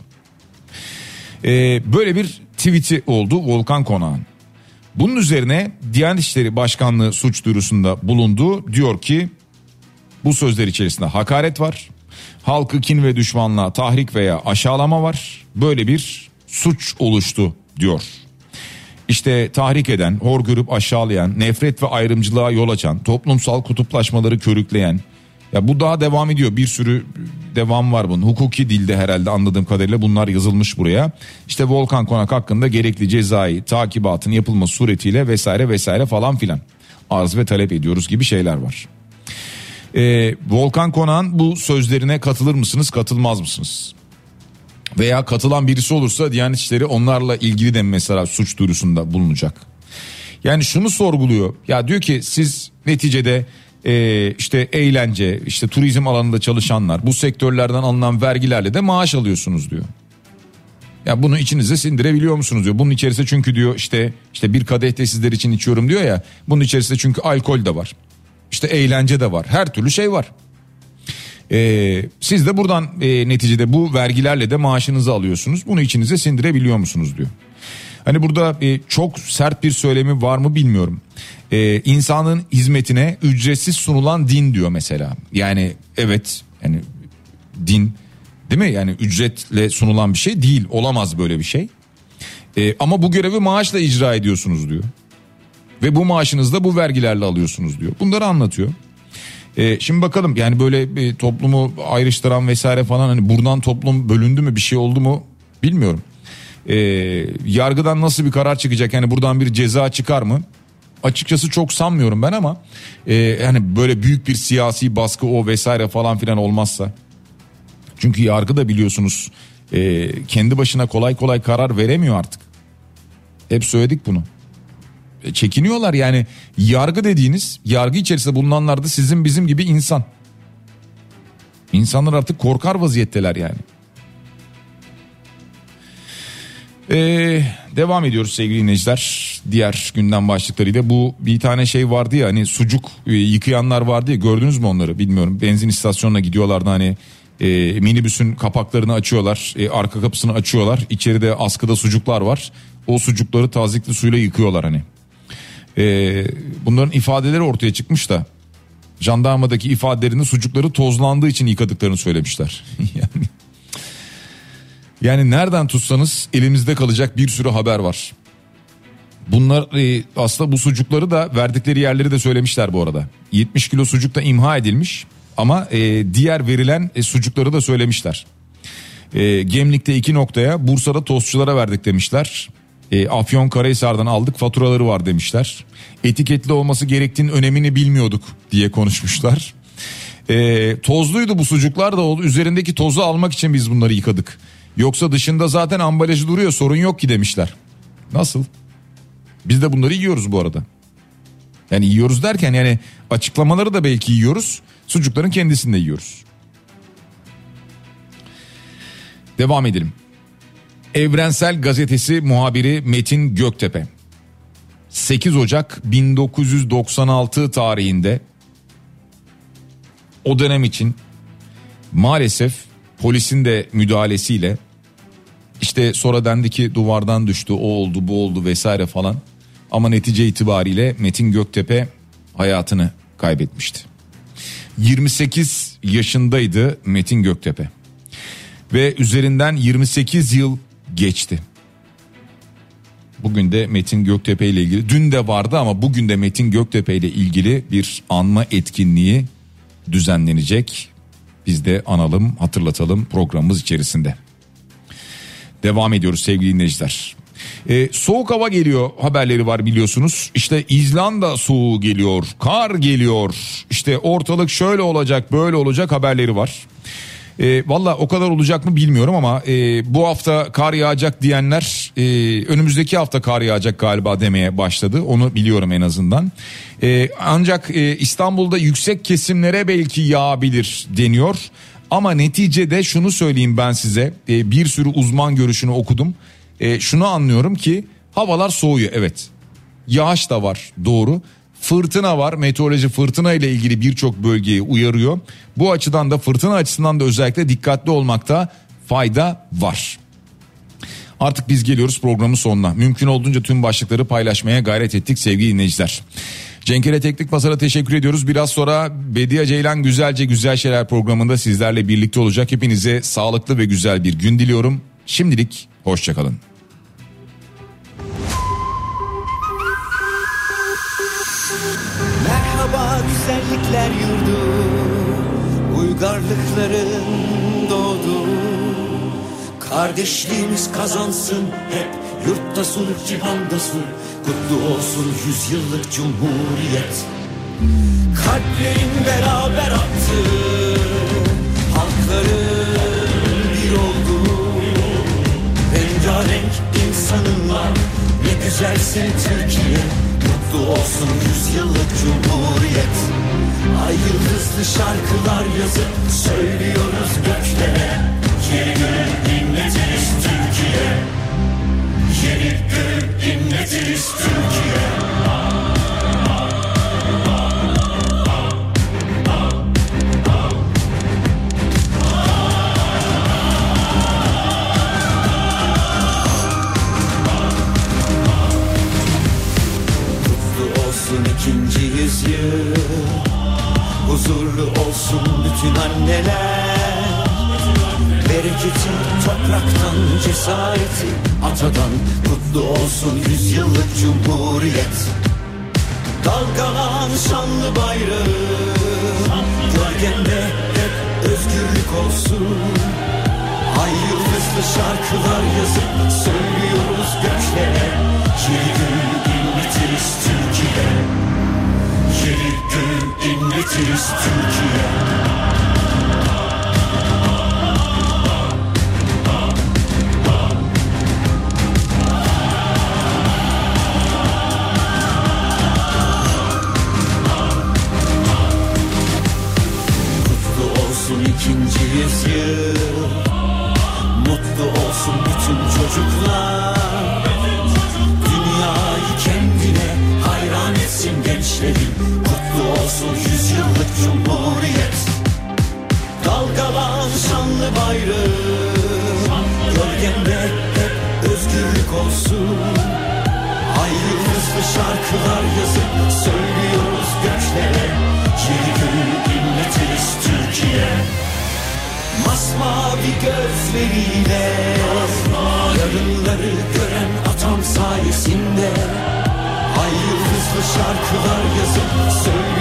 Ee, böyle bir tweet'i oldu Volkan Konak'ın. Bunun üzerine Diyanet İşleri Başkanlığı suç duyurusunda bulundu. Diyor ki bu sözler içerisinde hakaret var, halkı kin ve düşmanlığa tahrik veya aşağılama var. Böyle bir suç oluştu diyor. İşte tahrik eden, hor görüp aşağılayan, nefret ve ayrımcılığa yol açan, toplumsal kutuplaşmaları körükleyen, ya bu daha devam ediyor, bir sürü devam var bunun. Hukuki dilde herhalde anladığım kadarıyla bunlar yazılmış buraya. İşte Volkan Konak hakkında gerekli cezai takibatın yapılması suretiyle vesaire vesaire falan filan arz ve talep ediyoruz gibi şeyler var. Ee, Volkan Konak'ın bu sözlerine katılır mısınız, katılmaz mısınız? Veya katılan birisi olursa Diyanet İşleri onlarla ilgili de mesela suç duyurusunda bulunacak. Yani şunu sorguluyor, ya diyor ki siz neticede Ee, işte eğlence, işte turizm alanında çalışanlar, bu sektörlerden alınan vergilerle de maaş alıyorsunuz diyor. Ya bunu içinize sindirebiliyor musunuz diyor. Bunun içerisinde çünkü diyor işte işte bir kadeh de sizler için içiyorum diyor ya. Bunun içerisinde çünkü alkol de var. İşte eğlence de var. Her türlü şey var. Ee, siz de buradan e, neticede bu vergilerle de maaşınızı alıyorsunuz. Bunu içinize sindirebiliyor musunuz diyor. Hani burada e, çok sert bir söylemi var mı bilmiyorum. Ee, insanın hizmetine ücretsiz sunulan din diyor mesela. Yani evet, yani din değil mi? Yani ücretle sunulan bir şey değil, olamaz böyle bir şey. Ee, ama bu görevi maaşla icra ediyorsunuz diyor. Ve bu maaşınızı da bu vergilerle alıyorsunuz diyor. Bunları anlatıyor. Ee, şimdi bakalım, yani böyle bir toplumu ayrıştıran vesaire falan, hani buradan toplum bölündü mü, bir şey oldu mu bilmiyorum. Ee, yargıdan nasıl bir karar çıkacak, yani buradan bir ceza çıkar mı? Açıkçası çok sanmıyorum ben ama e, yani böyle büyük bir siyasi baskı o vesaire falan filan olmazsa. Çünkü yargı da biliyorsunuz e, kendi başına kolay kolay karar veremiyor artık. Hep söyledik bunu. E, çekiniyorlar yani, yargı dediğiniz, yargı içerisinde bulunanlar da sizin bizim gibi insan. İnsanlar artık korkar vaziyetteler yani. Ee, devam ediyoruz sevgili dinleyiciler. Diğer gündem başlıklarıyla, bu bir tane şey vardı ya, hani sucuk e, yıkayanlar vardı ya, gördünüz mü onları bilmiyorum. Benzin istasyonuna gidiyorlardı, hani E, minibüsün kapaklarını açıyorlar, e, arka kapısını açıyorlar. İçeride askıda sucuklar var. O sucukları tazikli suyla yıkıyorlar hani. E, bunların ifadeleri ortaya çıkmış da jandarmadaki ifadelerinde sucukları tozlandığı için yıkadıklarını söylemişler. yani yani nereden tutsanız elimizde kalacak bir sürü haber var. Bunlar e, aslında bu sucukları da verdikleri yerleri de söylemişler bu arada. yetmiş kilo sucuk da imha edilmiş ama e, diğer verilen e, sucukları da söylemişler. E, Gemlik'te iki noktaya, Bursa'da tostçulara verdik demişler. E, Afyonkarahisar'dan aldık, faturaları var demişler. Etiketli olması gerektiğinin önemini bilmiyorduk diye konuşmuşlar. E, tozluydu bu sucuklar da, üzerindeki tozu almak için biz bunları yıkadık. Yoksa dışında zaten ambalajı duruyor, sorun yok ki demişler. Nasıl? Biz de bunları yiyoruz bu arada. Yani yiyoruz derken yani açıklamaları da belki yiyoruz. Sucukların kendisini de yiyoruz. Devam edelim. Evrensel Gazetesi muhabiri Metin Göktepe. sekiz Ocak bin dokuz yüz doksan altı tarihinde o dönem için maalesef polisin de müdahalesiyle işte sonra dendi ki duvardan düştü, o oldu, bu oldu vesaire falan. Ama netice itibariyle Metin Göktepe hayatını kaybetmişti. yirmi sekiz yaşındaydı Metin Göktepe. Ve üzerinden yirmi sekiz yıl geçti. Bugün de Metin Göktepe ile ilgili, dün de vardı ama bugün de Metin Göktepe ile ilgili bir anma etkinliği düzenlenecek. Biz de analım, hatırlatalım programımız içerisinde. Devam ediyoruz sevgili dinleyiciler. Ee, soğuk hava geliyor haberleri var biliyorsunuz. İşte İzlanda soğuğu geliyor, kar geliyor. İşte ortalık şöyle olacak, böyle olacak haberleri var. E, Valla o kadar olacak mı bilmiyorum ama e, bu hafta kar yağacak diyenler e, önümüzdeki hafta kar yağacak galiba demeye başladı. Onu biliyorum en azından. E, ancak e, İstanbul'da yüksek kesimlere belki yağabilir deniyor. Ama neticede şunu söyleyeyim ben size, e, bir sürü uzman görüşünü okudum. E, şunu anlıyorum ki havalar soğuyor, evet. Yağış da var, doğru. Fırtına var, meteoroloji fırtına ile ilgili birçok bölgeyi uyarıyor. Bu açıdan da, fırtına açısından da özellikle dikkatli olmakta fayda var. Artık biz geliyoruz programın sonuna. Mümkün olduğunca tüm başlıkları paylaşmaya gayret ettik sevgili dinleyiciler. Cenkere Teknik Masa'da teşekkür ediyoruz. Biraz sonra Bediye Ceylan Güzelce Güzel Şeyler programında sizlerle birlikte olacak. Hepinize sağlıklı ve güzel bir gün diliyorum. Şimdilik hoşçakalın. Merhaba güzellikler yurdu, uygarlıkların doğdu. Kardeşliğimiz kazansın hep, yurtta sulh cihanda sulh. Kutlu olsun yüzyıllık cumhuriyet. Kalplerin beraber attı, halkların bir oldu. Rengarenk insanınla ne güzelsin Türkiye. Mutlu olsun yüzyıllık cumhuriyet. Ay yıldızlı şarkılar yazıp söylüyoruz göklere. Yeni gün inletiriz Türkiye. Yeni gün inletiriz Türkiye. İkinci yüzyıl, huzurlu olsun bütün anneler. Bereketi topraktan, cesareti atadan. Kutlu olsun yüzyıllık cumhuriyet. Dalgalan şanlı bayrağı, gölgende hep özgürlük olsun. Ay yıldızlı şarkılar yazıp söylüyoruz göklere. Yeni gün inletiriz Türkiye. Yeni gün inletiriz Türkiye. Kutlu olsun ikinci yüzyıl. Mutlu olsun bütün çocuklar. Dünyayı kendine hayran etsin gençlerin. Kutlu olsun yüzyıllık cumhuriyet. Dalgalan şanlı bayrağım. Gölgemde hep özgürlük olsun. Ay yıldızlı şarkılar yazıp söylüyoruz göklere. Yeni günü inletiz Türkiye. Masmavi gözleriyle yarınları gören atam sayesinde ay yıldızlı şarkılar yazıp söylüyoruz